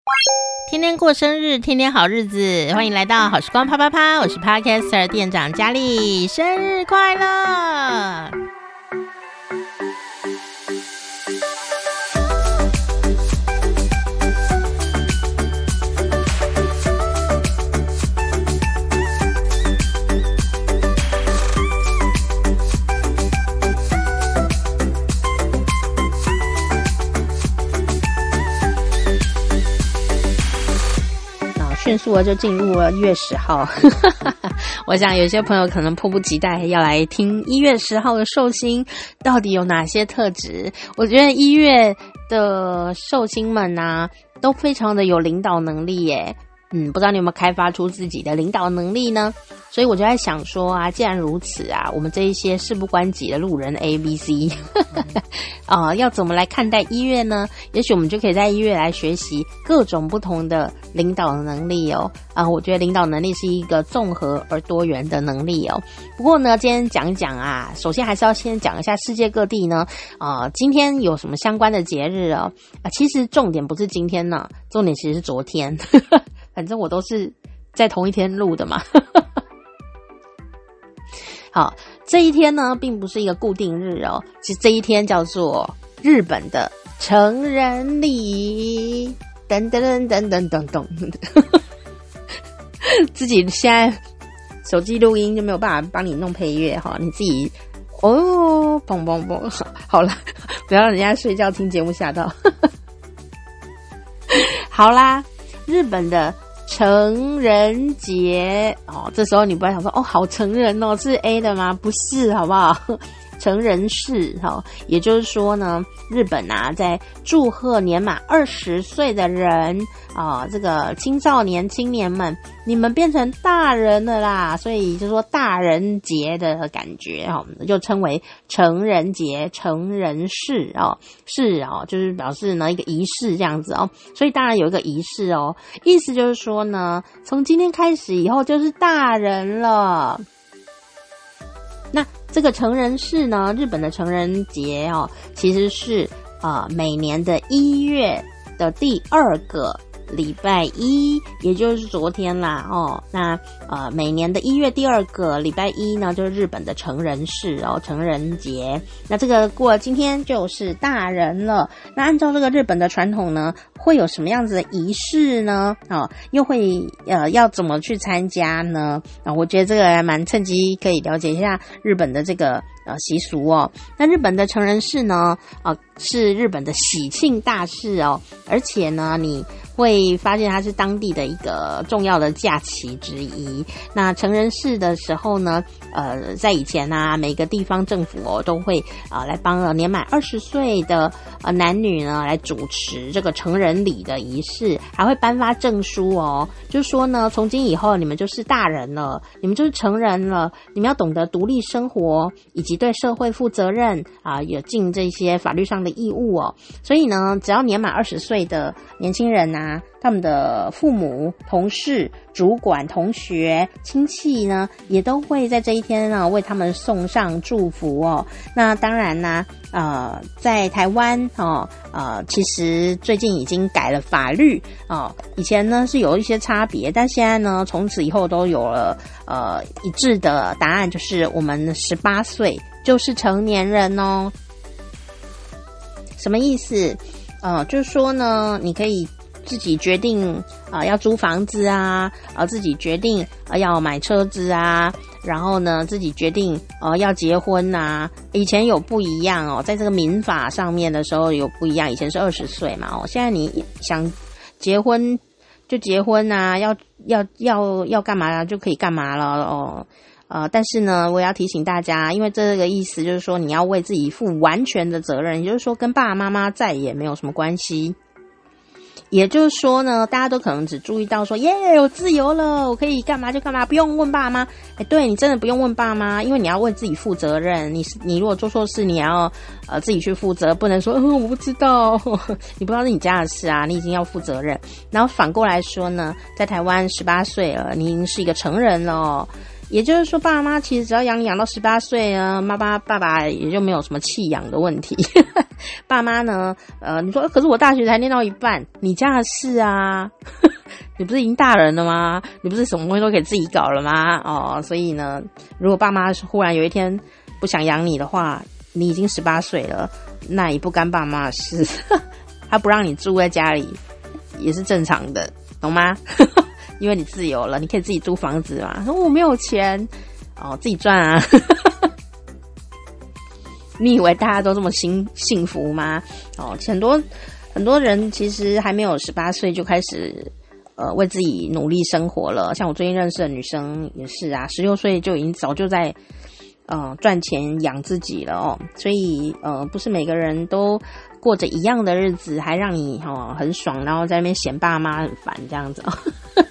天天过生日，天天好日子，欢迎来到好时光啪啪啪，我是 Podcaster 店长佳丽，生日快乐！迅速的就进入了1月10号我想有些朋友可能迫不及待要来听1月10号的寿星到底有哪些特质。我觉得1月的寿星们啊都非常的有领导能力耶。不知道你有没有开发出自己的领导能力呢？所以我就在想说啊，既然如此啊，我们这一些事不关己的路人 ABC 要怎么来看待1月呢？也许我们就可以在1月来学习各种不同的领导能力哦。我觉得领导能力是一个综合而多元的能力哦。不过呢，今天讲一讲啊，首先还是要先讲一下世界各地呢今天有什么相关的节日哦。其实重点不是今天呢，重点其实是昨天反正我都是在同一天录的嘛好，这一天呢并不是一个固定日哦，其实这一天叫做日本的成人礼，噔噔噔噔噔噔自己现在手机录音就没有办法帮你弄配乐哈，你自己砰砰砰，好了，不要让人家睡觉听节目吓到好啦，日本的成人节这时候你不要想说好成人哦，是 A 的吗？不是，好不好？成人式也就是说呢，日本啊在祝贺年满20岁的人这个青少年青年们，你们变成大人了啦，所以就说大人节的感觉就称为成人节、成人式是就是表示呢一个仪式这样子所以当然有一个仪式意思就是说呢，从今天开始以后就是大人了。那这个成人式呢，日本的成人节其实是每年的1月的第2个礼拜一，也就是昨天啦那每年的1月第2个礼拜一呢，就是日本的成人式成人节。那这个过了今天就是大人了。那按照这个日本的传统呢，会有什么样子的仪式呢？又会要怎么去参加呢？我觉得这个还蛮趁机可以了解一下日本的这个习俗那日本的成人式呢是日本的喜庆大事而且呢你会发现它是当地的一个重要的假期之一。那成人式的时候呢在以前啊，每个地方政府都会来帮年满20岁的男女呢来主持这个成人礼的仪式，还会颁发证书就是说呢，从今以后你们就是大人了，你们就是成人了，你们要懂得独立生活，以及对社会负责任有尽这些法律上的义务所以呢，只要年满20岁的年轻人啊，他们的父母、同事、主管、同学、亲戚呢，也都会在这一天呢为他们送上祝福那当然呢在台湾其实最近已经改了法律以前呢是有一些差别，但现在呢从此以后都有了一致的答案，就是我们18岁就是成年人什么意思？就是说呢，你可以自己决定要租房子自己决定要买车子然后呢自己决定要结婚以前有不一样在这个民法上面的时候有不一样，以前是20岁嘛现在你想结婚就结婚要干嘛就可以干嘛了但是呢我要提醒大家，因为这个意思就是说你要为自己负完全的责任，也就是说跟爸爸妈妈再也没有什么关系。也就是说呢，大家都可能只注意到说耶我自由了，我可以干嘛就干嘛，不用问爸妈对，你真的不用问爸妈，因为你要为自己负责任，你如果做错事你要自己去负责，不能说我不知道你不知道是你家的事你已经要负责任。然后反过来说呢，在台湾18岁了，你已经是一个成人了也就是说，爸妈其实只要养你养到18岁呢，爸爸也就没有什么弃养的问题。爸妈呢，你说可是我大学才念到一半，你家的事啊，你不是已经大人了吗？你不是什么东西都可以自己搞了吗？哦，所以呢，如果爸妈忽然有一天不想养你的话，你已经18岁了，那也不干爸妈的事，他不让你住在家里也是正常的，懂吗？因为你自由了，你可以自己租房子嘛。说我没有钱，自己赚啊。你以为大家都这么幸福吗？很多人其实还没有18岁就开始为自己努力生活了。像我最近认识的女生也是啊，16岁就已经早就在赚钱养自己了哦。所以不是每个人都过着一样的日子，还让你很爽，然后在那边嫌爸妈很烦这样子哦。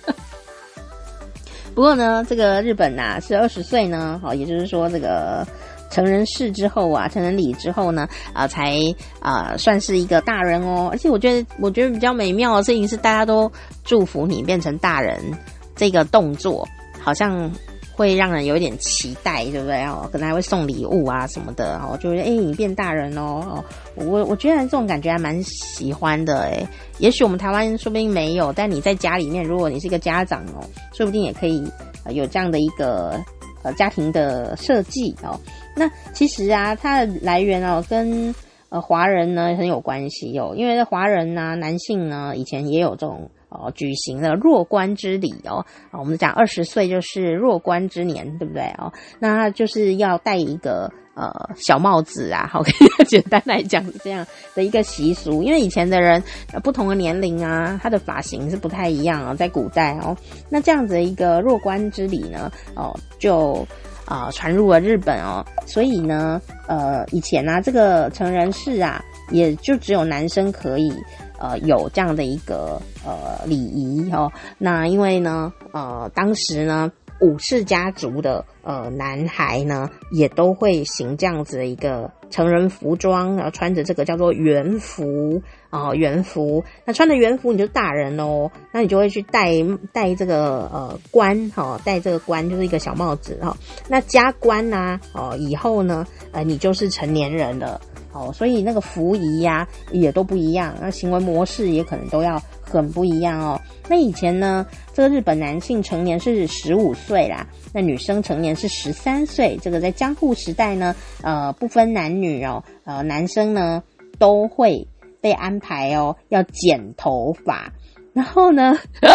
不过呢，这个日本啊是20岁呢，也就是说这个成人式之后啊，成人礼之后呢，才算是一个大人哦。而且我觉得比较美妙的事情是，大家都祝福你变成大人，这个动作好像会让人有一点期待，对不对？可能还会送礼物啊什么的，就会你变大人哦。我觉得这种感觉还蛮喜欢的也许我们台湾说不定没有，但你在家里面，如果你是一个家长说不定也可以有这样的一个家庭的设计那其实啊，它的来源跟华人呢很有关系因为华人啊男性呢以前也有这种举行的入关之礼我们讲20岁就是入关之年，对不对那就是要戴一个小帽子啊，好，简单来讲是这样的一个习俗。因为以前的人不同的年龄啊，他的发型是不太一样在古代那这样子的一个入关之礼呢就传入了日本所以呢以前啊这个成人式啊也就只有男生可以有这样的一个礼仪那因为呢当时呢武士家族的男孩呢也都会行这样子的一个成人服装，然后穿着这个叫做元服元服。那穿着元服你就大人那你就会去戴这个冠戴这个冠就是一个小帽子那加冠啊以后呢你就是成年人了所以那个服仪呀也都不一样，那行为模式也可能都要很不一样那以前呢，这个日本男性成年是15岁啦，那女生成年是13岁。这个在江户时代呢，不分男女男生呢都会被安排要剪头发，然后呢，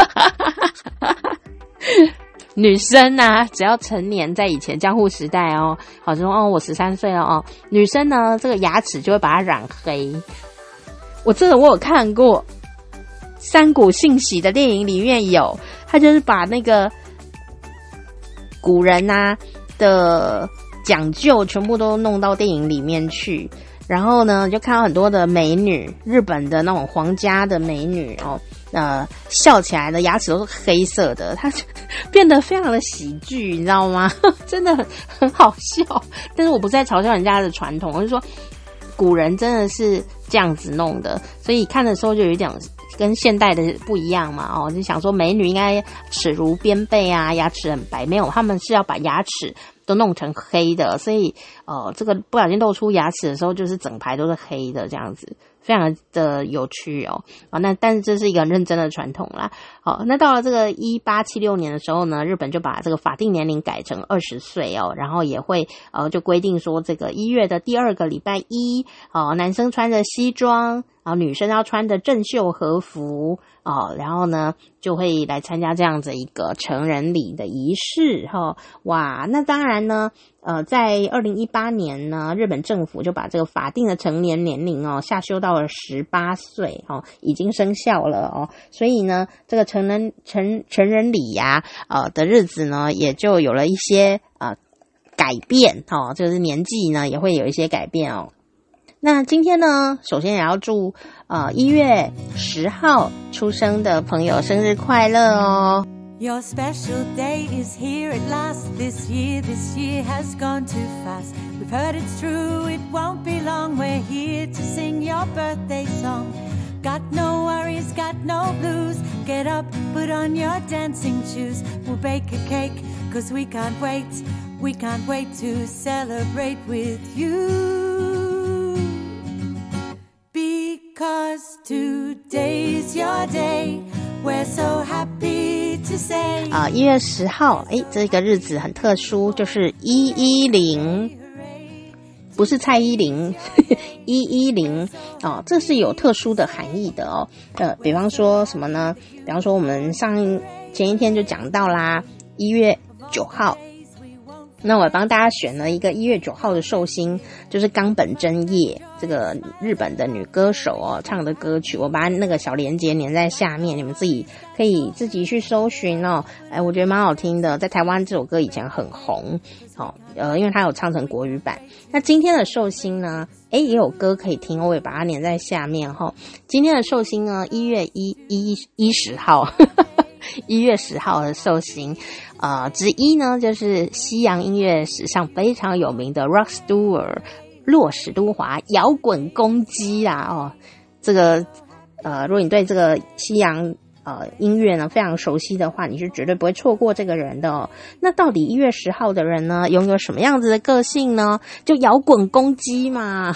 女生啊只要成年，在以前江户时代好像我13岁了女生呢这个牙齿就会把它染黑。我有看过山谷信息的电影里面有，他就是把那个古人啊的讲究全部都弄到电影里面去，然后呢就看到很多的美女，日本的那种皇家的美女笑起来的牙齿都是黑色的，它变得非常的喜剧，你知道吗？真的很好笑。但是我不是在嘲笑人家的传统，我是说古人真的是这样子弄的，所以看的时候就有一点跟现代的不一样嘛就想说美女应该齿如边贝啊，牙齿很白，没有，他们是要把牙齿都弄成黑的，所以这个不小心露出牙齿的时候就是整排都是黑的这样子，非常的有趣那但是这是一个很认真的传统啦那到了这个1876年的时候呢，日本就把这个法定年龄改成20岁然后也会就规定说这个1月的第2个礼拜一男生穿着西装，然后女生要穿着正袖和服然后呢就会来参加这样子一个成人礼的仪式哇，那当然呢在2018年呢，日本政府就把这个法定的成年年龄下修到了18岁已经生效了所以呢这个成人礼呀的日子呢也就有了一些改变就是年纪呢也会有一些改变那今天呢首先也要祝1月10号出生的朋友生日快乐 Your special day is here at last. This year has gone too fast. We've heard it's true, it won't be long. We're here to sing your birthday song. Got no worries, got no blues. Get up, put on your dancing shoes. We'll bake a cake, 'cause we can't wait to celebrate with you. Because today's your day, we're so happy to say. 1月10号，这个日子很特殊，就是110，不是蔡依林110哦，这是有特殊的含义的哦。比方说什么呢？比方说我们前一天就讲到啦，1月9号。那我帮大家选了一个1月9号的寿星，就是冈本真叶，这个日本的女歌手哦，唱的歌曲，我把那个小连结粘在下面，你们可以自己去搜寻哦。我觉得蛮好听的，在台湾这首歌以前很红哦，因为它有唱成国语版。那今天的寿星呢，也有歌可以听，我也把它粘在下面哈。今天的寿星呢，1月10号。1月10号的寿星之一呢，就是西洋音乐史上非常有名的 Rod Stewart 洛史都华，摇滚公鸡啦哦。这个如果你对这个西洋音乐呢非常熟悉的话，你是绝对不会错过这个人的哦。那到底1月10号的人呢，拥有什么样子的个性呢？就摇滚公鸡嘛，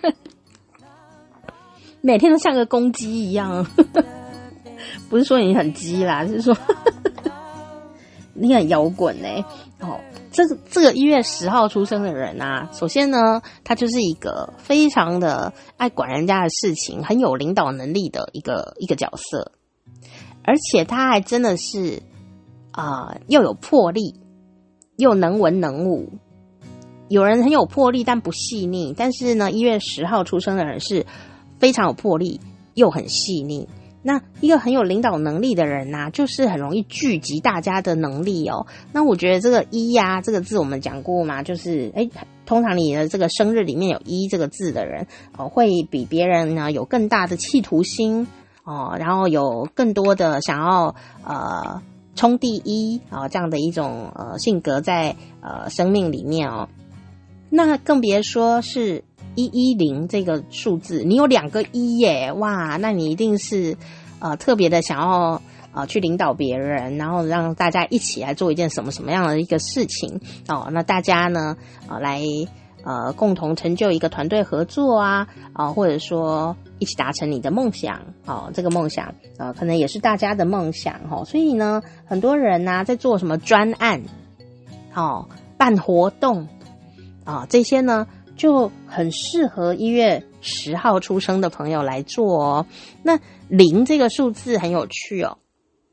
每天都像个公鸡一样。不是说你很鸡啦，是说你很摇滚这个1月10号出生的人啊，首先呢，他就是一个非常的爱管人家的事情，很有领导能力的一个角色，而且他还真的是又有魄力，又能文能武。有人很有魄力但不细腻，但是呢1月10号出生的人是非常有魄力又很细腻。那一个很有领导能力的人啊，就是很容易聚集大家的能力哦。那我觉得这个1这个字我们讲过嘛，就是通常你的这个生日里面有1这个字的人会比别人呢有更大的企图心然后有更多的想要冲第一这样的一种性格在生命里面哦。那更别说是110这个数字，你有2个1耶，哇，那你一定是特别的想要去领导别人，然后让大家一起来做一件什么样的一个事情那大家呢来共同成就一个团队合作或者说一起达成你的梦想这个梦想可能也是大家的梦想所以呢，很多人在做什么专案办活动这些呢就很适合1月10号出生的朋友来做哦。那0这个数字很有趣哦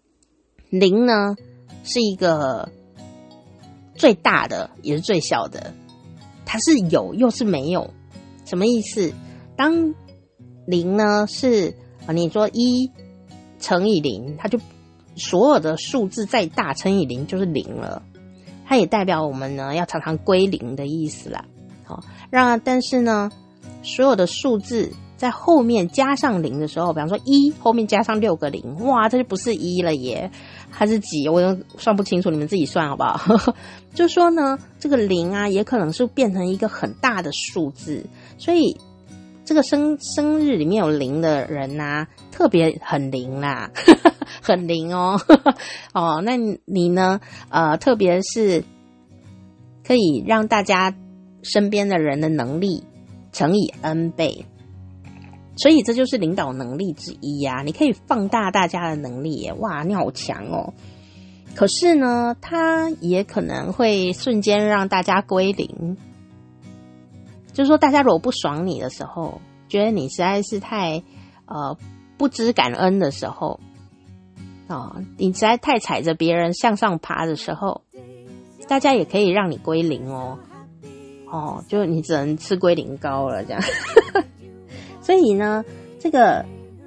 ，0呢是一个最大的也是最小的，它是有又是没有，什么意思？当0呢是你说1乘以0，它就所有的数字再大乘以0就是0了，它也代表我们呢要常常归零的意思啦。但是呢，所有的数字在后面加上0的时候，比方说1后面加上6个0，哇，这就不是1了耶，它是几？我都算不清楚，你们自己算好不好？就说呢，这个0也可能是变成一个很大的数字，所以这个生日里面有0的人特别很灵啦，很灵哦。那你呢？特别是可以让大家身边的人的能力乘以 N 倍，所以这就是领导能力之一你可以放大大家的能力耶，哇，你好强哦。可是呢，它也可能会瞬间让大家归零，就是说大家如果不爽你的时候，觉得你实在是太不知感恩的时候你实在太踩着别人向上爬的时候，大家也可以让你归零就你只能吃龟苓膏了这样。所以呢，这个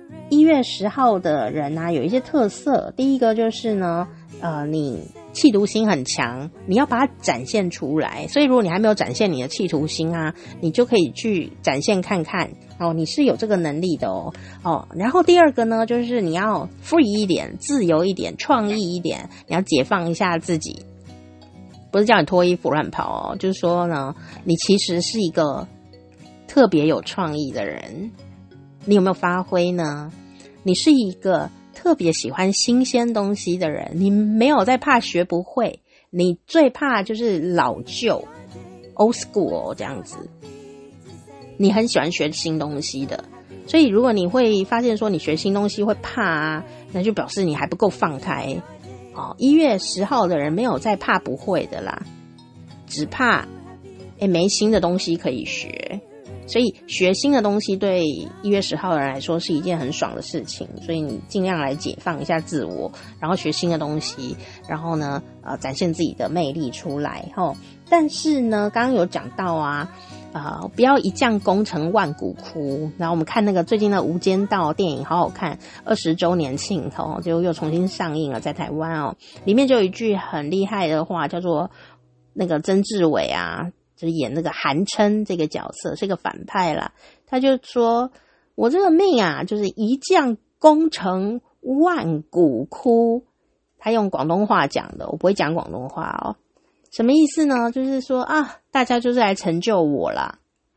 1月10号的人有一些特色。第一个就是呢你企图心很强，你要把它展现出来。所以如果你还没有展现你的企图心你就可以去展现看看你是有这个能力的然后第二个呢，就是你要 free 一点，自由一点，创意一点，你要解放一下自己。不是叫你脱衣服乱跑就是说呢，你其实是一个特别有创意的人。你有没有发挥呢？你是一个特别喜欢新鲜东西的人，你没有在怕学不会你最怕就是老旧 old school 这样子，你很喜欢学新东西的，所以如果你会发现说你学新东西会怕啊，那就表示你还不够放开。1月10号的人没有在怕不会的啦，只怕没新的东西可以学。所以学新的东西对1月10号的人来说是一件很爽的事情，所以你尽量来解放一下自我，然后学新的东西，然后呢展现自己的魅力出来但是呢刚刚有讲到啊不要一将功成万骨枯。然后我们看那个最近的《无间道》电影好好看，20周年庆就又重新上映了，在台湾里面就有一句很厉害的话，叫做那个曾志伟啊，就是演那个韩琛这个角色，是个反派啦，他就说我这个命啊就是一将功成万骨枯。他用广东话讲的，我不会讲广东话什么意思呢？就是说大家就是来成就我啦。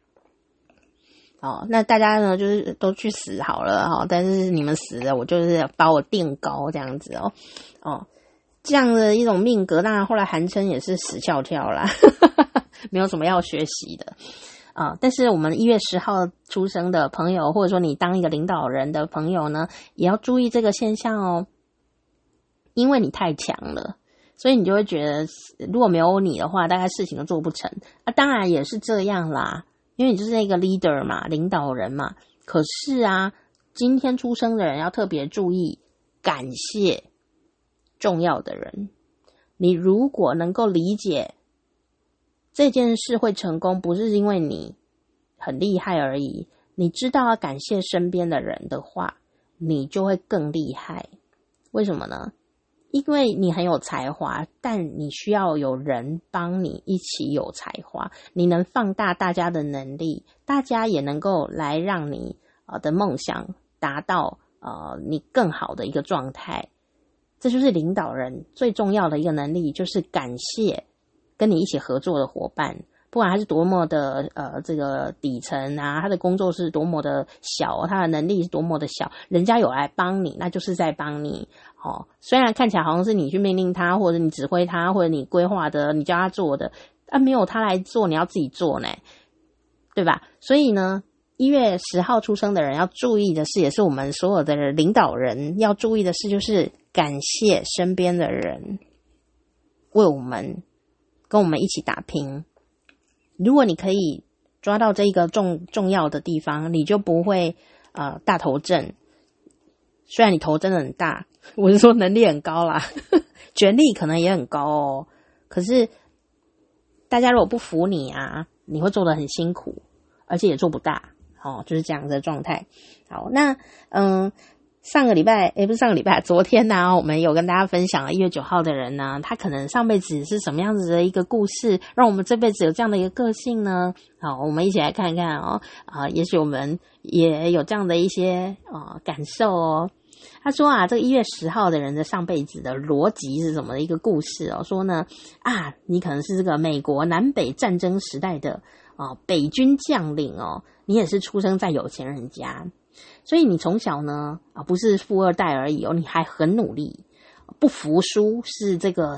那大家呢就是都去死好了但是你们死了，我就是把我垫高这样子这样的一种命格，当然后来韩琛也是死翘翘啦没有什么要学习的但是我们1月10号出生的朋友，或者说你当一个领导人的朋友呢，也要注意这个现象因为你太强了，所以你就会觉得如果没有你的话，大概事情都做不成当然也是这样啦，因为你就是那个 leader 嘛，领导人嘛。可是今天出生的人要特别注意感谢重要的人。你如果能够理解这件事会成功，不是因为你很厉害而已，你知道要感谢身边的人的话，你就会更厉害。为什么呢？因为你很有才华，但你需要有人帮你一起有才华，你能放大大家的能力，大家也能够来让你的梦想达到你更好的一个状态。这就是领导人最重要的一个能力，就是感谢跟你一起合作的伙伴，不管他是多么的这个底层啊，他的工作是多么的小，他的能力是多么的小，人家有来帮你，那就是在帮你虽然看起来好像是你去命令他，或者你指挥他，或者你规划的，你叫他做的没有他来做，你要自己做呢，对吧？所以呢1月10号出生的人要注意的事，也是我们所有的领导人要注意的事，就是感谢身边的人为我们跟我们一起打拼。如果你可以抓到这一个重要的地方，你就不会大头症。虽然你头真的很大，我是说能力很高啦权力可能也很高可是大家如果不服你你会做得很辛苦，而且也做不大就是这样的状态。好，那上个礼拜不是上个礼拜，昨天我们有跟大家分享了1月9号的人呢，他可能上辈子是什么样子的一个故事，让我们这辈子有这样的一个个性呢？好，我们一起来看看也许我们也有这样的一些感受他说这个1月10号的人的上辈子的逻辑是什么的一个故事说呢你可能是这个美国南北战争时代的北军将领你也是出生在有钱人家，所以你从小呢不是富二代而已你还很努力，不服输是这个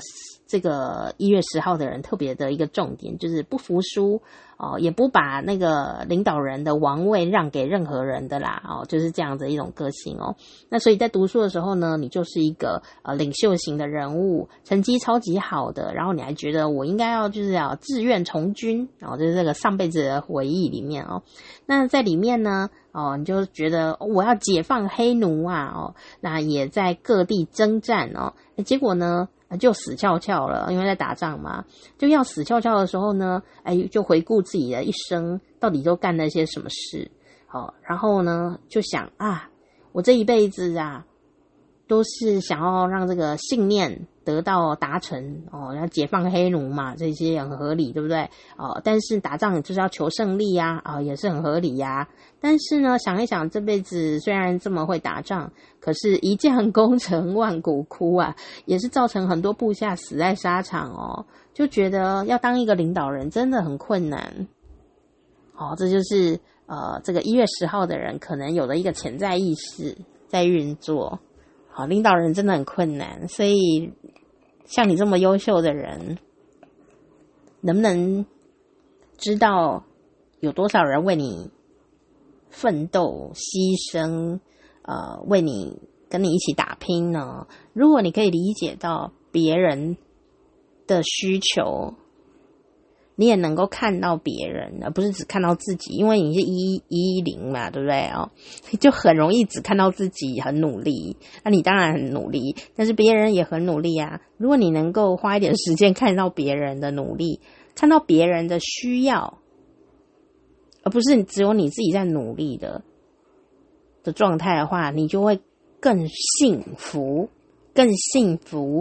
1月10号的人特别的一个重点，就是不服输也不把那个领导人的王位让给任何人的啦就是这样子一种个性那所以在读书的时候呢，你就是一个领袖型的人物，成绩超级好的，然后你还觉得我应该要就是要自愿从军就是这个上辈子的回忆里面那在里面呢你就觉得我要解放黑奴那也在各地征战结果呢就死翘翘了，因为在打仗嘛，就要死翘翘的时候呢就回顾自己的一生到底都干了些什么事然后呢就想我这一辈子都是想要让这个信念得到达成要解放黑奴嘛，这些很合理，对不对但是打仗就是要求胜利也是很合理但是呢想一想，这辈子虽然这么会打仗，可是一将功成万骨枯也是造成很多部下死在沙场就觉得要当一个领导人真的很困难这就是这个1月10号的人可能有的一个潜在意识在运作领导人真的很困难，所以像你这么优秀的人，能不能知道有多少人为你奋斗、牺牲，为你跟你一起打拼呢？如果你可以理解到别人的需求，你也能够看到别人，而不是只看到自己，因为你是110嘛，对不对哦？就很容易只看到自己很努力，那你当然很努力，但是别人也很努力啊。如果你能够花一点时间看到别人的努力，看到别人的需要，而不是只有你自己在努力的状态的话，你就会更幸福，更幸福。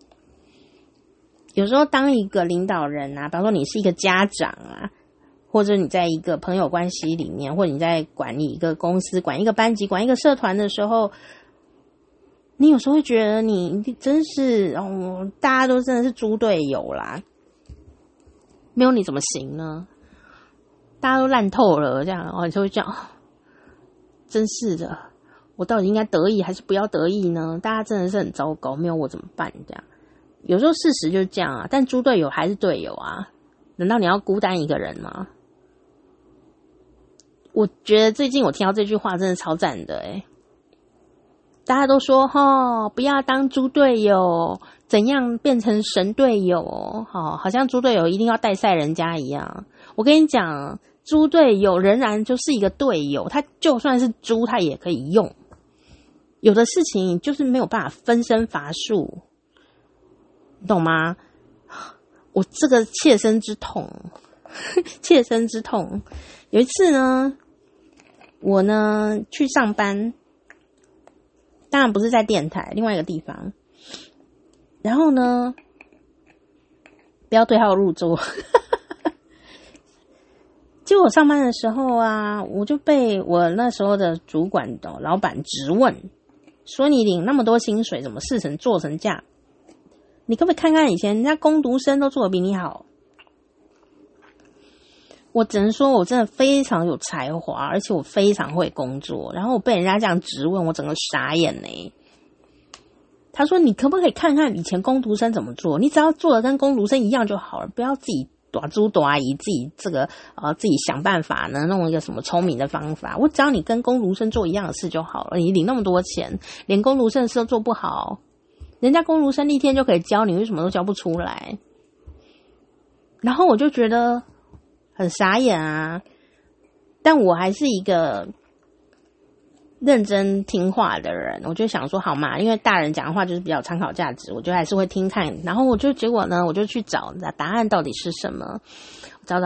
有时候当一个领导人啊，比方说你是一个家长啊，或者你在一个朋友关系里面，或者你在管理一个公司、管一个班级、管一个社团的时候，你有时候会觉得你真是大家都真的是猪队友啦，没有你怎么行呢？大家都烂透了，这样你就会这样，真是的，我到底应该得意还是不要得意呢？大家真的是很糟糕，没有我怎么办？这样。有时候事实就是这样啊，但猪队友还是队友啊，难道你要孤单一个人吗？我觉得最近我听到这句话真的超赞的大家都说不要当猪队友，怎样变成神队友好像猪队友一定要带赛人家一样。我跟你讲，猪队友仍然就是一个队友，他就算是猪他也可以用。有的事情就是没有办法分身乏术，你懂吗？我这个切身之痛切身之痛。有一次呢，我呢去上班，当然不是在电台，另外一个地方。然后呢，不要对号入座结果我上班的时候啊，我就被我那时候的主管的老板质问，说你领那么多薪水，怎么事情做成这样？你可不可以看看以前人家工读生都做得比你好？我只能说我真的非常有才华，而且我非常会工作，然后我被人家这样质问，我整个傻眼他说你可不可以看看以前工读生怎么做？你只要做的跟工读生一样就好了，不要自己短猪短姨，自己这个自己想办法呢弄一个什么聪明的方法。我只要你跟工读生做一样的事就好了，你领那么多钱，连工读生的事都做不好，人家工读生一天就可以教你，为什么都教不出来？然后我就觉得很傻眼啊，但我还是一个认真听话的人，我就想说好嘛，因为大人讲的话就是比较参考价值，我就还是会听看。然后结果呢，我就去找答案到底是什么，找，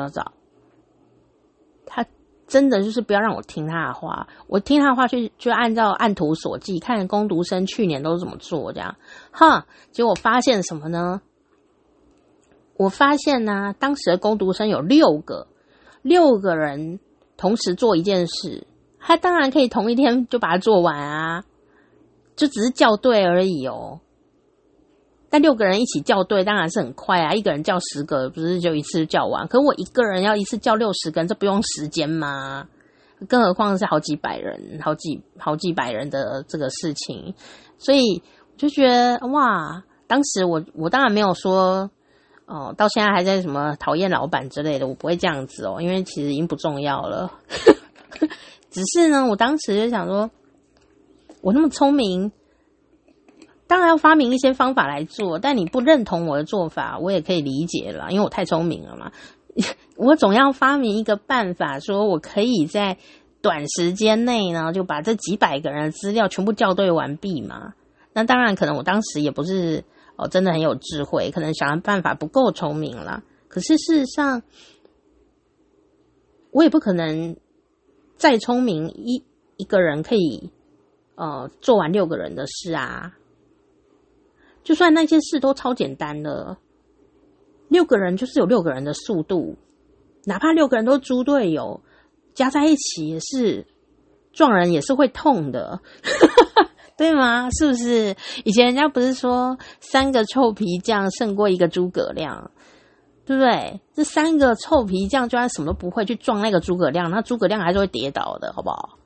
他真的就是不要让我听他的话，我听他的话就按图索骥，看工读生去年都怎么做这样。结果我发现什么呢？我发现呢，当时的工读生有6个人同时做一件事，他当然可以同一天就把它做完啊，就只是校对而已但6个人一起校对当然是很快啊，一个人校10个不是就一次校完？可我一个人要一次校60个人，这不用时间吗？更何况是好几百人的这个事情，所以我就觉得哇，当时我当然没有说到现在还在什么讨厌老板之类的，我不会这样子因为其实已经不重要了只是呢，我当时就想说，我那么聪明，当然要发明一些方法来做，但你不认同我的做法，我也可以理解了，因为我太聪明了嘛我总要发明一个办法，说我可以在短时间内呢，就把这几百个人的资料全部校对完毕嘛。那当然可能我当时也不是真的很有智慧，可能想的办法不够聪明啦。可是事实上，我也不可能再聪明一个人可以做完6个人的事啊。就算那些事都超简单的，6个人就是有6个人的速度，哪怕6个人都猪队友，加在一起也是撞人也是会痛的对吗？是不是？以前人家不是说3个臭皮匠胜过1个诸葛亮，对不对？这3个臭皮匠就算什么都不会去撞那个诸葛亮，那诸葛亮还是会跌倒的，好不好？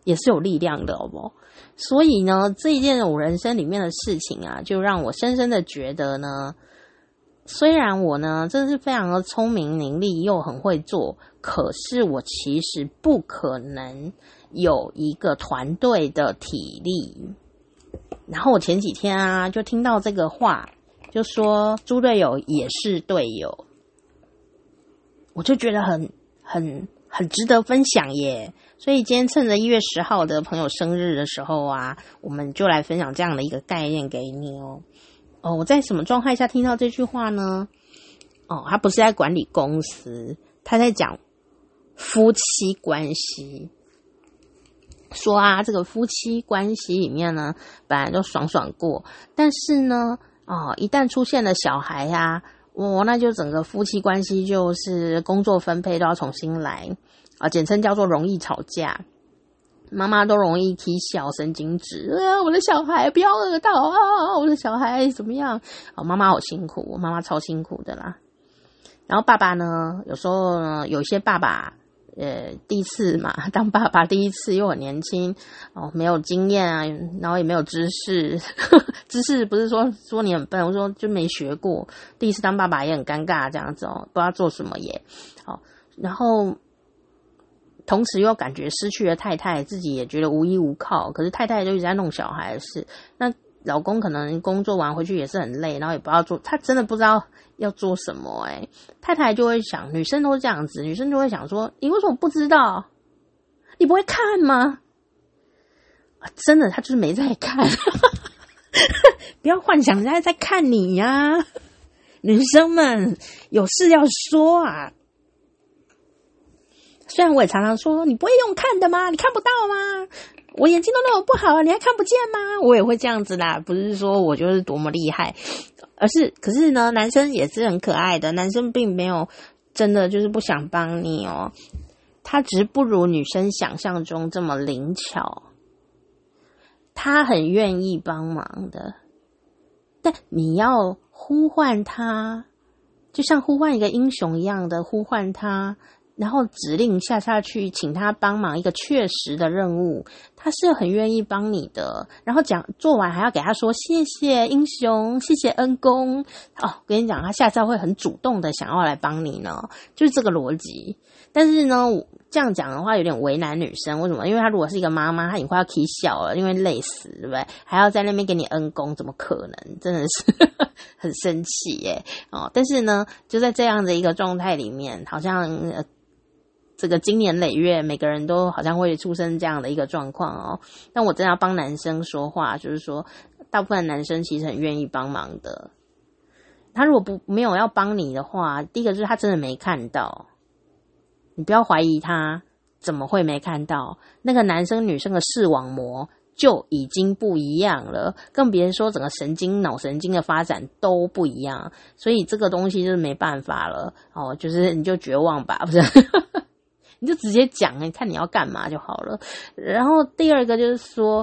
也是有力量的，好不好？所以呢，这一件我人生里面的事情啊，就让我深深的觉得呢，虽然我呢真是非常的聪明伶俐又很会做，可是我其实不可能有一个团队的体力。然后我前几天啊就听到这个话，就说猪队友也是队友，我就觉得很值得分享耶。所以今天趁着1月10号的朋友生日的时候啊，我们就来分享这样的一个概念给你哦。我在什么状态下听到这句话呢？他不是在管理公司，他在讲夫妻关系。说啊，这个夫妻关系里面呢，本来就爽爽过，但是呢，一旦出现了小孩啊，那就整个夫妻关系就是工作分配都要重新来简称叫做容易吵架。妈妈都容易踢笑神经质，我的小孩不要饿到啊！我的小孩怎么样？妈妈好辛苦，我妈妈超辛苦的啦。然后爸爸呢，有时候呢，有一些爸爸，第一次嘛，当爸爸第一次又很年轻，没有经验啊，然后也没有知识，知识不是说你很笨，我说就没学过，第一次当爸爸也很尴尬这样子不知道做什么耶。然后同时又感觉失去了太太，自己也觉得无依无靠，可是太太就一直在弄小孩的事，那老公可能工作完回去也是很累，然后也不知道做，他真的不知道要做什么太太就会想，女生都是这样子，女生就会想说，你为什么不知道？你不会看吗？真的，他就是没在看。不要幻想人家在看你呀，女生们有事要说啊。虽然我也常常说，你不会用看的吗？你看不到吗？我眼睛都那么不好，你还看不见吗？我也会这样子啦，不是说我就是多么厉害，可是呢，男生也是很可爱的，男生并没有真的就是不想帮你他只是不如女生想象中这么灵巧，他很愿意帮忙的，但你要呼唤他，就像呼唤一个英雄一样的呼唤他，然后指令下去，请他帮忙一个确实的任务，他是很愿意帮你的。然后做完还要给他说谢谢英雄，谢谢恩公。跟你讲，他下次会很主动的想要来帮你呢，就是这个逻辑。但是呢，这样讲的话有点为难女生，为什么？因为他如果是一个妈妈，他已经快要起笑了，因为累死，对不对？还要在那边给你恩公，怎么可能？真的是很生气耶。但是呢，就在这样的一个状态里面，好像这个经年累月，每个人都好像会出生这样的一个状况但我真的要帮男生说话，就是说，大部分男生其实很愿意帮忙的。他如果没有要帮你的话，第一个就是他真的没看到，你不要怀疑他怎么会没看到。那个男生女生的视网膜就已经不一样了，更别说整个脑神经的发展都不一样，所以这个东西就是没办法了就是你就绝望吧，不是？你就直接讲，你看你要干嘛就好了。然后第二个就是说，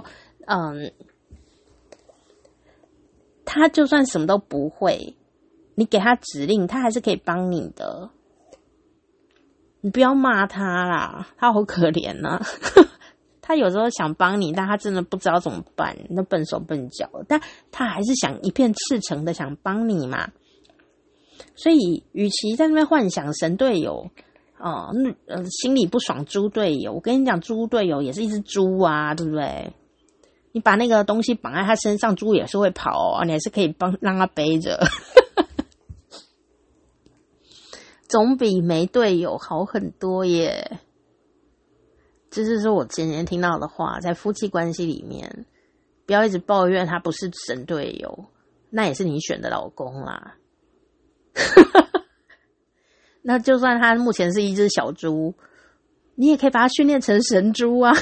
他就算什么都不会，你给他指令，他还是可以帮你的。你不要骂他啦，他好可怜啊。他有时候想帮你，但他真的不知道怎么办，那笨手笨脚，但他还是想一片赤诚的想帮你嘛。所以与其在那边幻想神队友心里不爽猪队友，我跟你讲，猪队友也是一只猪啊，对不对？你把那个东西绑在他身上，猪也是会跑你还是可以让他背着。总比没队友好很多耶。这就是我今天听到的话，在夫妻关系里面，不要一直抱怨他不是神队友，那也是你选的老公啦。那就算他目前是一只小猪，你也可以把他训练成神猪啊。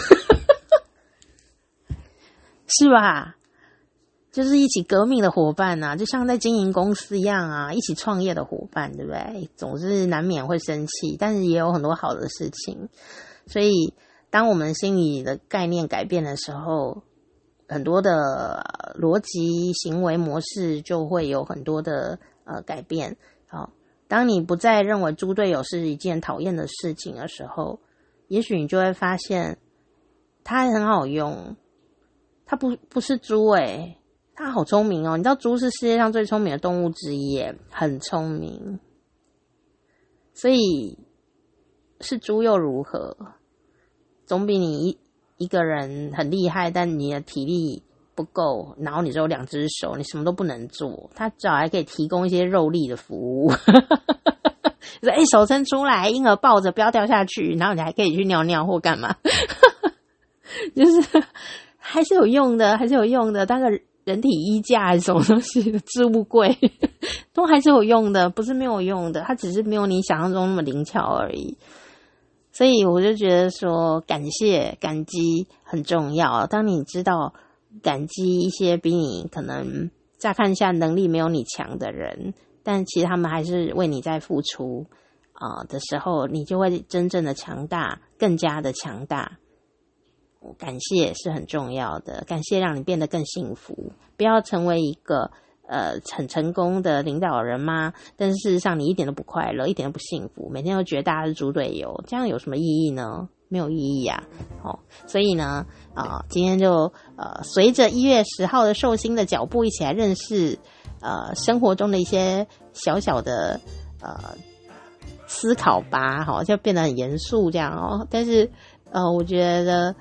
是吧？就是一起革命的伙伴啊，就像在经营公司一样啊，一起创业的伙伴，对不对？总是难免会生气，但是也有很多好的事情。所以当我们心里的概念改变的时候，很多的逻辑行为模式就会有很多的改变。当你不再认为猪队友是一件讨厌的事情的时候，也许你就会发现它很好用，它不是猪欸，它好聪明哦！你知道猪是世界上最聪明的动物之一耶，很聪明。所以是猪又如何？总比你一个人很厉害，但你的体力不够，然后你只有2只手，你什么都不能做。它至少还可以提供一些肉力的服务。说手伸出来，婴儿抱着不要掉下去，然后你还可以去尿尿或干嘛。就是还是有用的，还是有用的。当个人体衣架还是什么东西的置物柜都还是有用的，不是没有用的，它只是没有你想象中那么灵巧而已。所以我就觉得说感激很重要。当你知道感激一些比你可能乍看一下能力没有你强的人，但其实他们还是为你在付出的时候，你就会真正的强大，更加的强大。感谢是很重要的，感谢让你变得更幸福。不要成为一个很成功的领导人吗？但是事实上你一点都不快乐，一点都不幸福，每天都觉得大家是猪队友，这样有什么意义呢？没有意义啊。所以呢今天就随着1月10号的寿星的脚步一起来认识生活中的一些小小的思考吧，就变得很严肃这样但是我觉得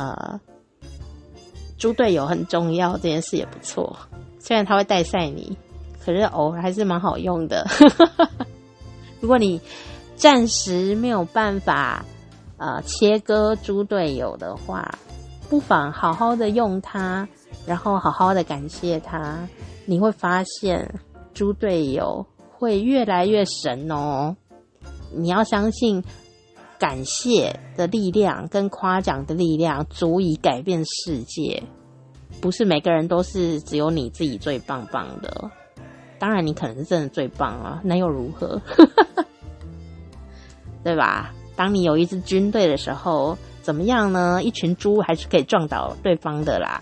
猪队友很重要，这件事也不错。虽然他会带赛你，可是偶尔还是蛮好用的。如果你暂时没有办法切割猪队友的话，不妨好好的用它，然后好好的感谢它，你会发现猪队友会越来越神哦。你要相信感谢的力量跟夸奖的力量足以改变世界，不是每个人都是只有你自己最棒棒的。当然你可能是真的最棒啊，那又如何？对吧？当你有一支军队的时候，怎么样呢？一群猪还是可以撞倒对方的啦。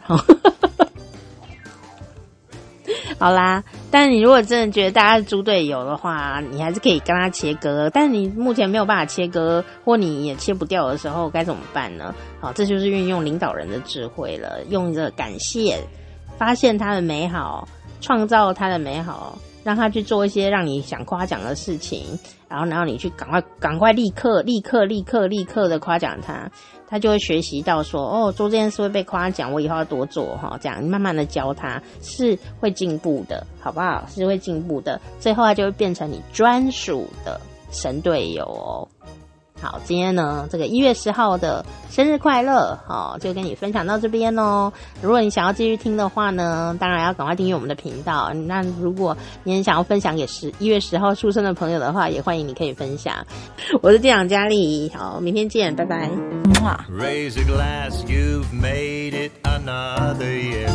好啦，但你如果真的觉得大家是猪队友的话，你还是可以跟他切割，但你目前没有办法切割，或你也切不掉的时候该怎么办呢？好，这就是运用领导人的智慧了，用着感谢发现他的美好，创造他的美好，让他去做一些让你想夸奖的事情，然后你去赶快立刻的夸奖他，他就会学习到说做这件事会被夸奖，我以后要多做这样慢慢的教他，是会进步的，好不好？是会进步的，最后他就会变成你专属的神队友哦。好，今天呢这个1月10号的生日快乐就跟你分享到这边哦。如果你想要继续听的话呢，当然要赶快订阅我们的频道。那如果你很想要分享给1月10号出生的朋友的话，也欢迎你可以分享。我是店长佳丽，好，明天见，拜拜。 Raise a glass, you've made it another year.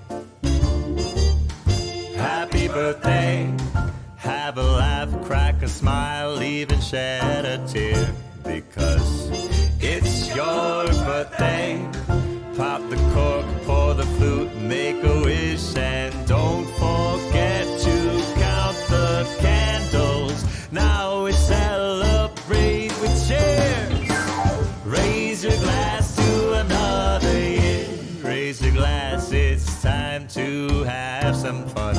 Happy birthday, have a laugh, crack a smile, even shed a tear.Because it's your birthday. Pop the cork, pour the flute, make a wish, and don't forget to count the candles. Now we celebrate with cheers. Raise your glass to another year. Raise your glass, it's time to have some fun.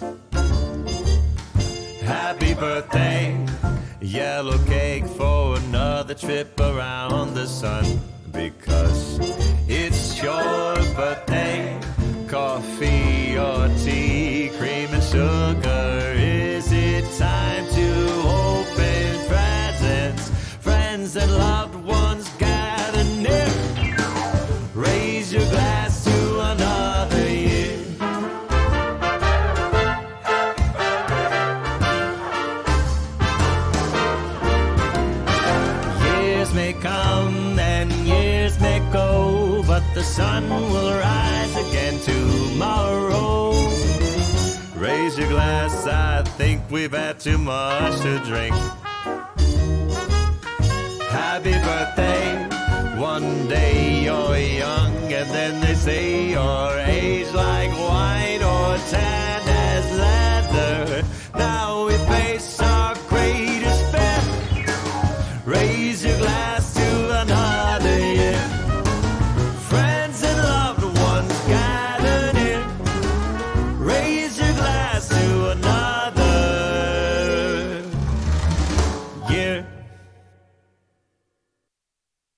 Happy birthday.Yellow cake for another trip around the sun. Because it's your birthday. Coffee or tea, cream and sugar. Is it time to open presents? Friends and loved ones gather near. Raise your glass to another year.May come and years may go, but the sun will rise again tomorrow. Raise your glass, I think we've had too much to drink. Happy birthday, one day you're young, and then they say your age like